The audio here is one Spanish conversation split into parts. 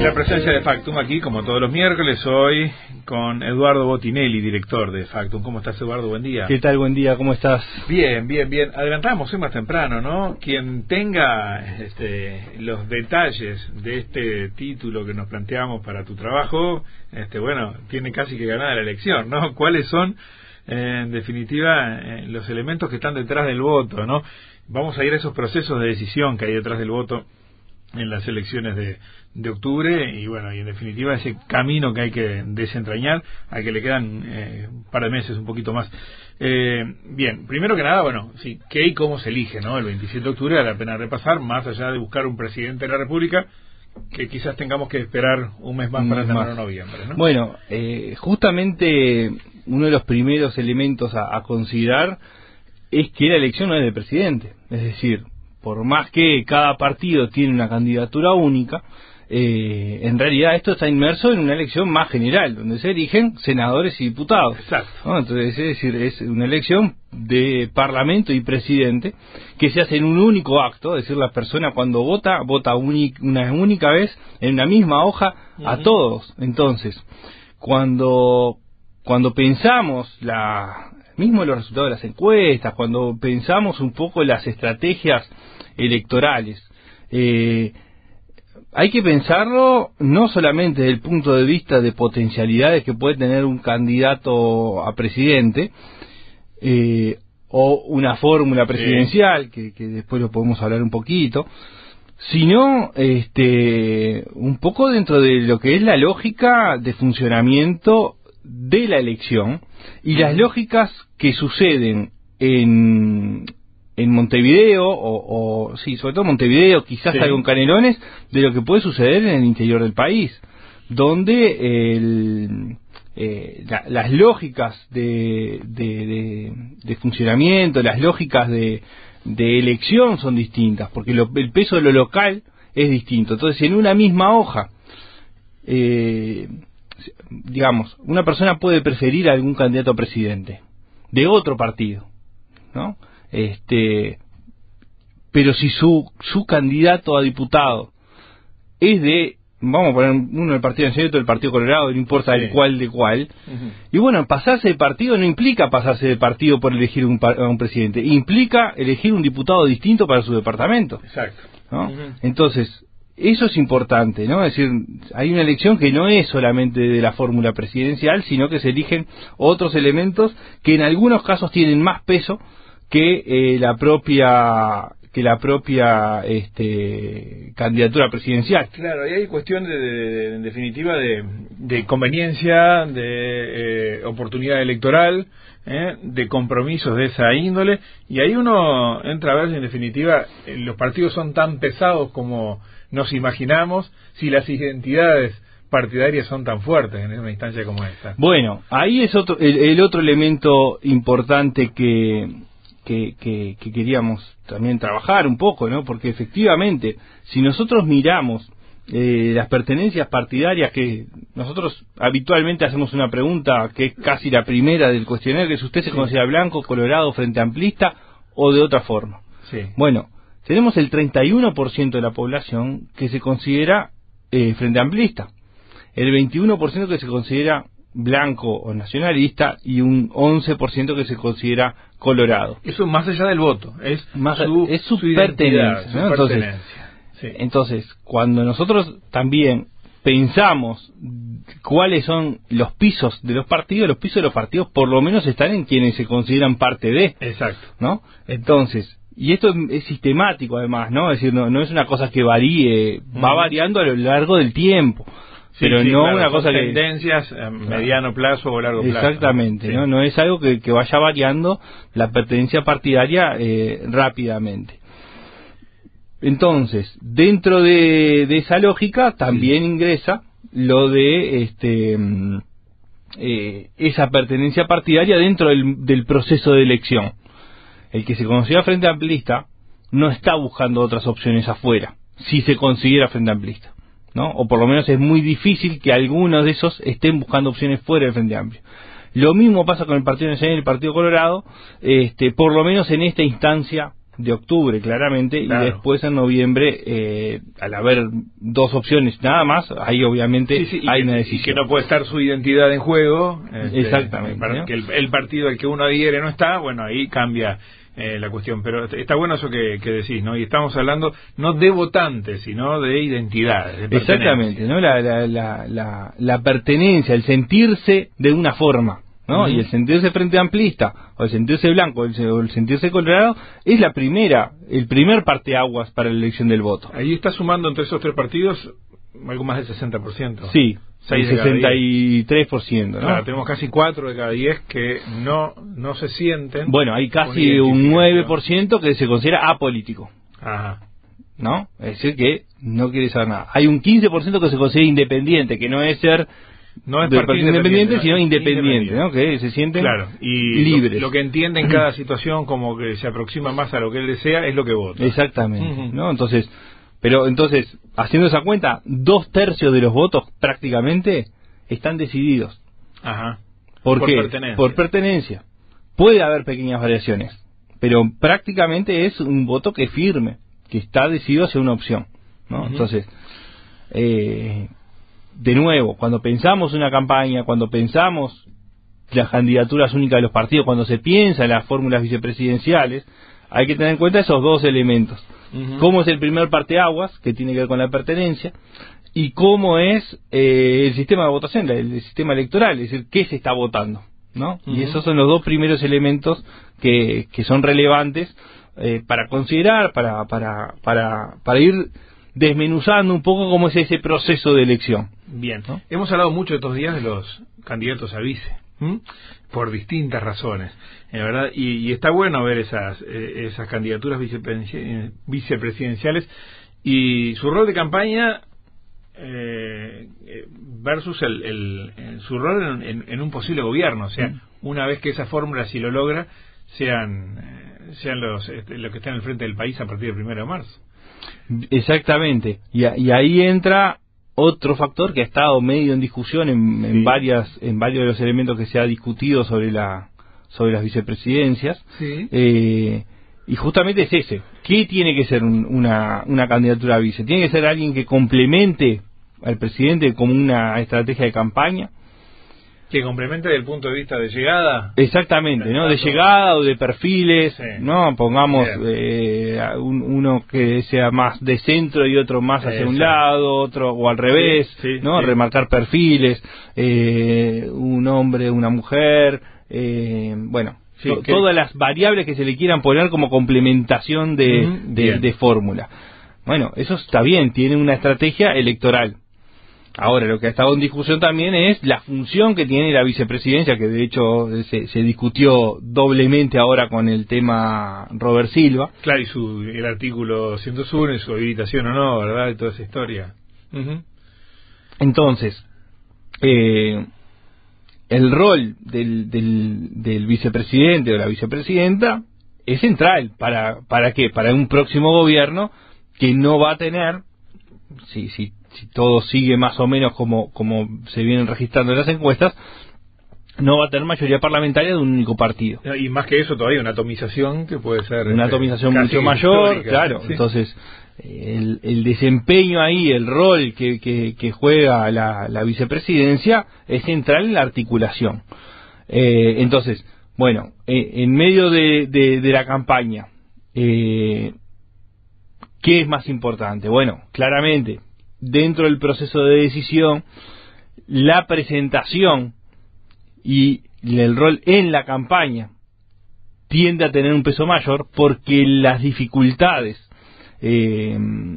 La presencia de Factum aquí, como todos los miércoles, hoy con Eduardo Botinelli, director de Factum. ¿Cómo estás, Eduardo? Buen día. ¿Qué tal? Buen día, ¿cómo estás? Bien, bien, bien. Adelantamos hoy más temprano, ¿no? Quien tenga los detalles de este título que nos planteamos para tu trabajo, bueno, tiene casi que ganar la elección, ¿no? ¿Cuáles son, en definitiva, los elementos que están detrás del voto, ¿no? Vamos a ir a esos procesos de decisión que hay detrás del voto en las elecciones de octubre y bueno, y en definitiva ese camino que hay que desentrañar, a que le quedan un par de meses, un poquito más. Bien, primero que nada, bueno, sí, qué y cómo se elige, ¿no? El 27 de octubre vale la pena repasar, más allá de buscar un presidente de la República, que quizás tengamos que esperar un mes más para tenerlo en noviembre, ¿no? Bueno, justamente uno de los primeros elementos a considerar es que la elección no es de presidente, es decir, por más que cada partido tiene una candidatura única, en realidad esto está inmerso en una elección más general, donde se eligen senadores y diputados. Exacto. ¿No? Entonces, es decir, es una elección de parlamento y presidente que se hace en un único acto, es decir, la persona cuando vota una única vez en una misma hoja a todos. Entonces, cuando pensamos mismo los resultados de las encuestas, cuando pensamos un poco las estrategias electorales, hay que pensarlo no solamente desde el punto de vista de potencialidades que puede tener un candidato a presidente, o una fórmula presidencial, que después lo podemos hablar un poquito, sino un poco dentro de lo que es la lógica de funcionamiento de la elección y las lógicas que suceden en Montevideo, o sí, sobre todo Montevideo, quizás algo en Canelones, de lo que puede suceder en el interior del país, donde las lógicas de funcionamiento, las lógicas de elección son distintas, porque el peso de lo local es distinto. Entonces, en una misma hoja, digamos, una persona puede preferir a algún candidato a presidente de otro partido, ¿no? Pero si su candidato a diputado es vamos a poner uno del Partido Nacional y otro del Partido Colorado, no importa el cuál de cuál, y bueno, pasarse de partido no implica pasarse de partido por elegir a un presidente, implica elegir un diputado distinto para su departamento. Exacto. ¿No? Entonces, eso es importante, ¿no? Es decir, hay una elección que no es solamente de la fórmula presidencial, sino que se eligen otros elementos que en algunos casos tienen más peso que la propia candidatura presidencial. Claro, y hay cuestión en definitiva de conveniencia, de oportunidad electoral, de compromisos de esa índole, y ahí uno entra a ver si en definitiva los partidos son tan pesados como nos imaginamos, si las identidades partidarias son tan fuertes en una instancia como esta. Bueno, ahí es el otro elemento importante que queríamos también trabajar un poco, ¿no? Porque efectivamente, si nosotros miramos las pertenencias partidarias, que nosotros habitualmente hacemos una pregunta que es casi la primera del cuestionario, que es: ¿usted se considera blanco, colorado, frente amplista o de otra forma? Sí. Bueno, tenemos el 31% de la población que se considera frente amplista, el 21% que se considera blanco o nacionalista y un 11% que se considera colorado. Eso más allá del voto, es su pertenencia, ¿no? Entonces, cuando nosotros también pensamos cuáles son los pisos de los partidos por lo menos están en quienes se consideran parte de. Exacto. ¿No? Entonces, y esto es sistemático además, ¿no? Es decir, no es una cosa que varíe, va variando a lo largo del tiempo. Pero no claro, una cosa que tendencias a mediano plazo o largo plazo. Exactamente, ¿no? No es algo que vaya variando la pertenencia partidaria rápidamente. Entonces, dentro de esa lógica también ingresa lo de esa pertenencia partidaria dentro del proceso de elección. El que se considera frente amplista no está buscando otras opciones afuera, si se considera frente amplista, ¿no? O por lo menos es muy difícil que algunos de esos estén buscando opciones fuera del Frente Amplio. Lo mismo pasa con el Partido Nacional y el Partido Colorado, por lo menos en esta instancia de octubre, claramente, claro. Y después en noviembre, al haber dos opciones nada más, ahí obviamente hay una decisión. Y que no puede estar su identidad en juego. Exactamente. Para ¿no? que el partido al que uno adhiere no está, bueno, ahí cambia la cuestión. Pero está bueno eso que decís, ¿no? Y estamos hablando no de votantes, sino de identidades. De exactamente, ¿no? La pertenencia, el sentirse de una forma, ¿no? Y el sentirse frente amplista, o el sentirse blanco, o el sentirse colorado, es el primer parteaguas para la elección del voto. Ahí está sumando entre esos tres partidos algo más del 60%. Sí, el 63%, ¿no? Claro, tenemos casi 4 de cada 10 que no se sienten. Bueno, hay casi un 9% que se considera apolítico. Ajá. ¿No? Es decir, que no quiere saber nada. Hay un 15% que se considera independiente, que no es ser del partido independiente, sino independiente, ¿no? Que se sienten libres. Lo que entiende en cada situación como que se aproxima más a lo que él desea es lo que vota. Exactamente, ¿no? Entonces, haciendo esa cuenta, 2/3 de los votos prácticamente están decididos. Ajá. ¿Por qué? Por pertenencia. Puede haber pequeñas variaciones, pero prácticamente es un voto que es firme, que está decidido hacia una opción, ¿no? Entonces, de nuevo, cuando pensamos una campaña, cuando pensamos las candidaturas únicas de los partidos, cuando se piensa en las fórmulas vicepresidenciales, hay que tener en cuenta esos dos elementos. Cómo es el primer parteaguas, que tiene que ver con la pertenencia, y cómo es el sistema de votación, el sistema electoral, es decir, qué se está votando, ¿no? Y esos son los dos primeros elementos que son relevantes para considerar, para ir desmenuzando un poco cómo es ese proceso de elección. Bien, ¿no? Hemos hablado mucho estos días de los candidatos a vice, por distintas razones, ¿verdad? Y está bueno ver esas candidaturas vicepresidenciales y su rol de campaña versus su rol en un posible gobierno. O sea, una vez que esa fórmula, si lo logra, sean los que están al frente del país a partir del 1 de marzo. Exactamente, y ahí entra otro factor que ha estado medio en discusión en varios de los elementos que se ha discutido sobre las vicepresidencias, y justamente es ese. ¿Qué tiene que ser una candidatura a vice? ¿Tiene que ser alguien que complemente al presidente como una estrategia de campaña? Que complemente desde el punto de vista de llegada. Exactamente, ¿no? De llegada o de perfiles, ¿no? Pongamos uno que sea más de centro y otro más hacia un lado, otro o al revés, ¿no? Remarcar perfiles, un hombre, una mujer, todas las variables que se le quieran poner como complementación de fórmula. Bueno, eso está bien, tiene una estrategia electoral. Ahora, lo que ha estado en discusión también es la función que tiene la vicepresidencia, que de hecho se discutió doblemente ahora con el tema Robert Silva. Claro, y el artículo 101 y su habilitación o no, ¿verdad? Y toda esa historia. Entonces, el rol del vicepresidente o la vicepresidenta es central. ¿Para qué? Para un próximo gobierno que no va a tener, si todo sigue más o menos como se vienen registrando en las encuestas, no va a tener mayoría parlamentaria de un único partido. Y más que eso todavía, una atomización que puede ser... Una atomización mucho mayor, histórica, claro. Sí. Entonces, el desempeño ahí, el rol que juega la vicepresidencia es central en la articulación. Entonces, bueno, en medio de la campaña, ¿qué es más importante? Bueno, claramente, dentro del proceso de decisión, la presentación y el rol en la campaña tiende a tener un peso mayor porque las dificultades que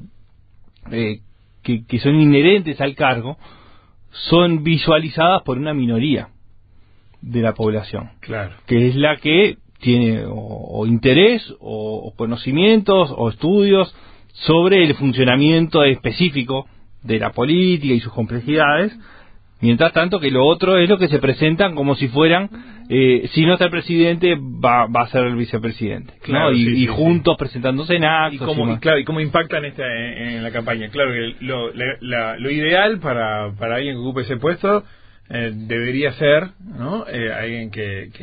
son inherentes al cargo son visualizadas por una minoría de la población, claro, que es la que tiene o interés o conocimientos o estudios sobre el funcionamiento específico de la política y sus complejidades, mientras tanto que lo otro es lo que se presentan como si fueran, si no está el presidente, va a ser el vicepresidente, claro, ¿no? Y juntos presentándose en actos. ¿Y cómo impactan en la campaña? Claro que lo ideal para alguien que ocupe ese puesto debería ser, ¿no? Alguien que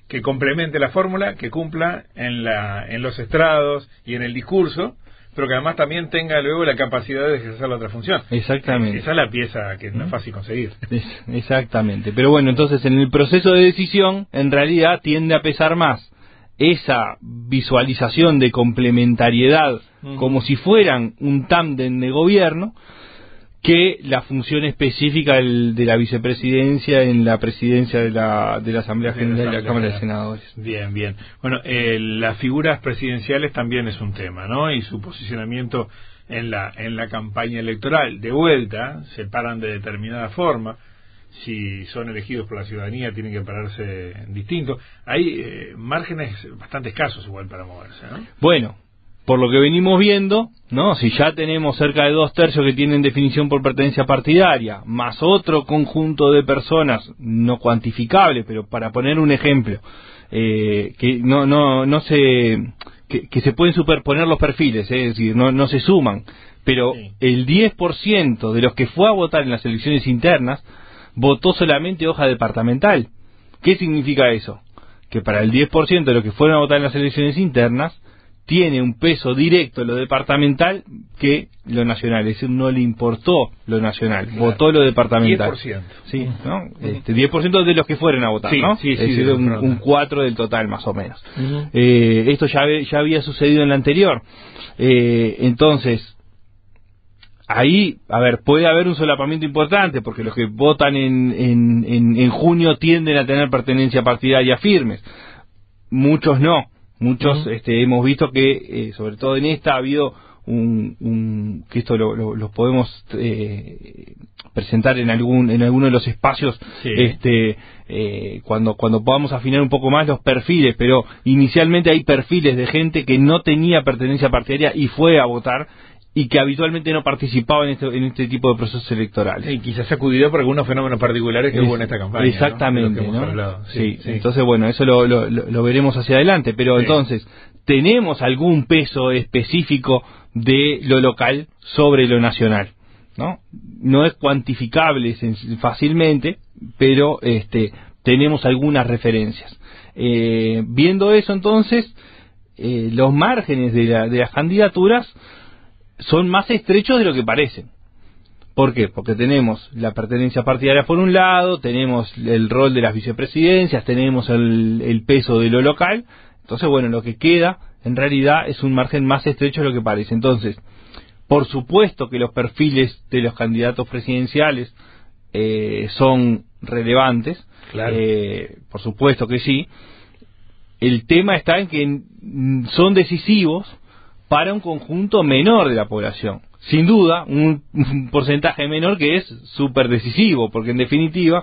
que complemente la fórmula, que cumpla en los estrados y en el discurso, pero que además también tenga luego la capacidad de ejercer la otra función. Exactamente. Esa es la pieza que no es fácil conseguir. Exactamente. Pero bueno, entonces en el proceso de decisión, en realidad tiende a pesar más esa visualización de complementariedad, como si fueran un tándem de gobierno, que la función específica de la vicepresidencia en la presidencia de la Asamblea General de la Cámara de Senadores. Bien, bien. Bueno, las figuras presidenciales también es un tema, ¿no? Y su posicionamiento en la campaña electoral. De vuelta, se paran de determinada forma. Si son elegidos por la ciudadanía, tienen que pararse distinto. Hay márgenes bastante escasos igual para moverse, ¿no? Bueno, por lo que venimos viendo, ¿no? Si ya tenemos cerca de 2/3 que tienen definición por pertenencia partidaria, más otro conjunto de personas no cuantificable, pero para poner un ejemplo, que no se que se pueden superponer los perfiles, es decir, no se suman, pero sí. El 10% de los que fue a votar en las elecciones internas votó solamente hoja departamental. ¿Qué significa eso? Que para el 10% de los que fueron a votar en las elecciones internas tiene un peso directo lo departamental que lo nacional, es decir, no le importó lo nacional, claro. Votó lo departamental. 10%. Sí, ¿no? 10% de los que fueron a votar, sí, ¿no? Sí, es decir, un 4 del total más o menos. Esto ya había sucedido en la anterior. Entonces, ahí, a ver, puede haber un solapamiento importante, porque los que votan en junio tienden a tener pertenencia partidaria firmes. Muchos no. Muchos hemos visto que, sobre todo en esta, ha habido que esto lo podemos presentar en alguno de los espacios, sí. Cuando podamos afinar un poco más los perfiles, pero inicialmente hay perfiles de gente que no tenía pertenencia partidaria y fue a votar, y que habitualmente no participaba en este tipo de procesos electorales. Y quizás sacudido por algunos fenómenos particulares que hubo en esta campaña. Exactamente, ¿no? Sí. Entonces, bueno, eso lo veremos hacia adelante, pero sí. Entonces, ¿tenemos algún peso específico de lo local sobre lo nacional? No es cuantificable fácilmente, pero tenemos algunas referencias. Viendo eso, entonces, los márgenes de las candidaturas son más estrechos de lo que parecen. ¿Por qué? Porque tenemos la pertenencia partidaria por un lado, tenemos el rol de las vicepresidencias, tenemos el peso de lo local. Entonces, bueno, lo que queda en realidad es un margen más estrecho de lo que parece. Entonces, por supuesto que los perfiles de los candidatos presidenciales son relevantes, claro. Por supuesto que sí. El tema está en que son decisivos para un conjunto menor de la población. Sin duda, un porcentaje menor que es súper decisivo, porque en definitiva,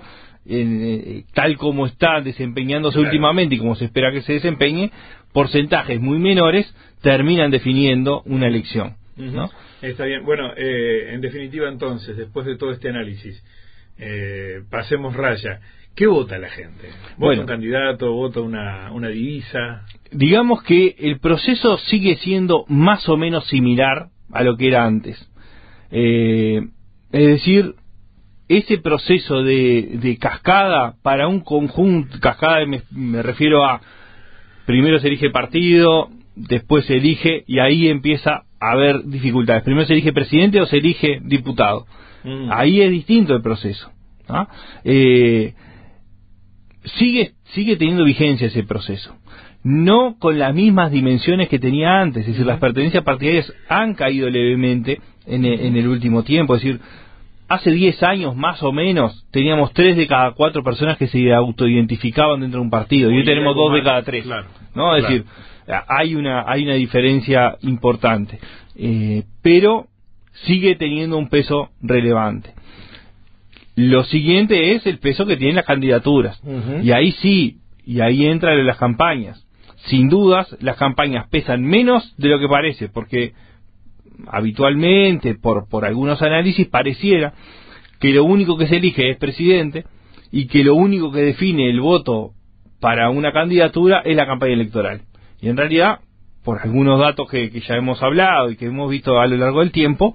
tal como está desempeñándose claro. últimamente y como se espera que se desempeñe, porcentajes muy menores terminan definiendo una elección. ¿No? Está bien. Bueno, en definitiva entonces, después de todo este análisis, pasemos raya. ¿Qué vota la gente? ¿Vota un candidato? ¿Vota una divisa? Digamos que el proceso sigue siendo más o menos similar a lo que era antes. Es decir, ese proceso de cascada para un conjunto, cascada me refiero a, primero se elige partido, después se elige, y ahí empieza a haber dificultades. Primero se elige presidente o se elige diputado. Ahí es distinto el proceso. Sigue teniendo vigencia ese proceso, no con las mismas dimensiones que tenía antes, es decir, las pertenencias partidarias han caído levemente en el último tiempo, es decir, hace 10 años más o menos teníamos 3 de cada 4 personas que se autoidentificaban dentro de un partido, y hoy tenemos 2 de cada 3, claro, ¿no? Es decir, hay una diferencia importante, pero sigue teniendo un peso relevante. Lo siguiente es el peso que tienen las candidaturas. Y ahí sí, y ahí entran las campañas. Sin dudas, las campañas pesan menos de lo que parece, porque habitualmente, por algunos análisis, pareciera que lo único que se elige es presidente y que lo único que define el voto para una candidatura es la campaña electoral. Y en realidad, por algunos datos que ya hemos hablado y que hemos visto a lo largo del tiempo,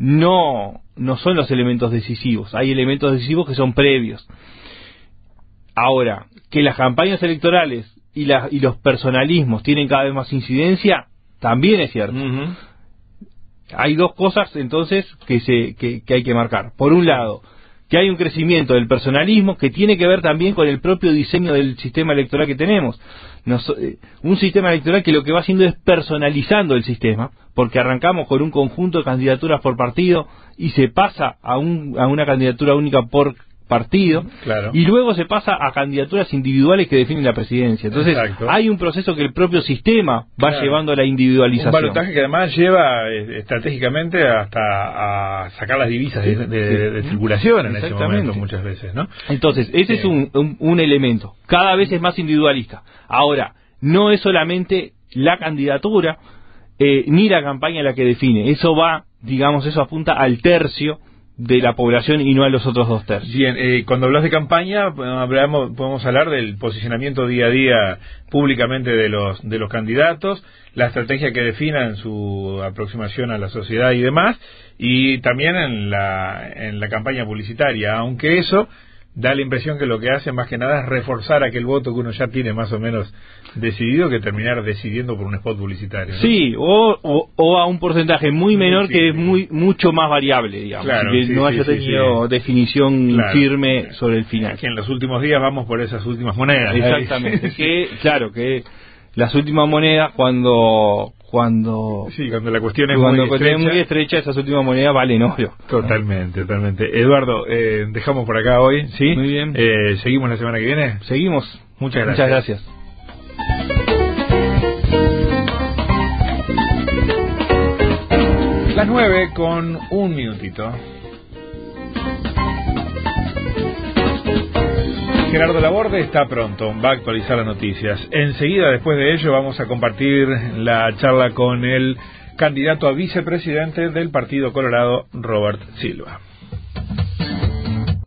no son los elementos decisivos. Hay elementos decisivos que son previos. Ahora, que las campañas electorales y los personalismos tienen cada vez más incidencia, también es cierto. Hay dos cosas entonces que hay que marcar. Por un lado, que hay un crecimiento del personalismo que tiene que ver también con el propio diseño del sistema electoral que tenemos. Un sistema electoral que lo que va haciendo es personalizando el sistema, porque arrancamos con un conjunto de candidaturas por partido y se pasa a una candidatura única por partido, claro, y luego se pasa a candidaturas individuales que definen la presidencia. Entonces, exacto, hay un proceso que el propio sistema va, claro, llevando a la individualización. Un balotaje que además lleva estratégicamente hasta a sacar las divisas de circulación en ese momento muchas veces, ¿no? Entonces, ese es un elemento. Cada vez es más individualista. Ahora, no es solamente la candidatura ni la campaña la que define. Eso va, digamos, eso apunta al tercio de la población y no a los otros 2/3. Bien, cuando hablas de campaña podemos hablar del posicionamiento día a día públicamente de los candidatos, la estrategia que definan su aproximación a la sociedad y demás, y también en la campaña publicitaria, aunque eso da la impresión que lo que hace más que nada es reforzar aquel voto que uno ya tiene más o menos decidido, que terminar decidiendo por un spot publicitario, ¿no? Sí, o a un porcentaje muy menor, que es mucho más variable, digamos, claro, que no haya tenido definición firme sobre el final. Que en los últimos días vamos por esas últimas monedas. Exactamente. que las últimas monedas cuando la cuestión es muy estrecha, esas últimas monedas valen oro. Totalmente. Eduardo, dejamos por acá hoy, ¿sí? Muy bien. ¿Seguimos la semana que viene? Seguimos. Muchas gracias. Las 9:01. Gerardo Laborde está pronto, va a actualizar las noticias. Enseguida, después de ello, vamos a compartir la charla con el candidato a vicepresidente del Partido Colorado, Robert Silva.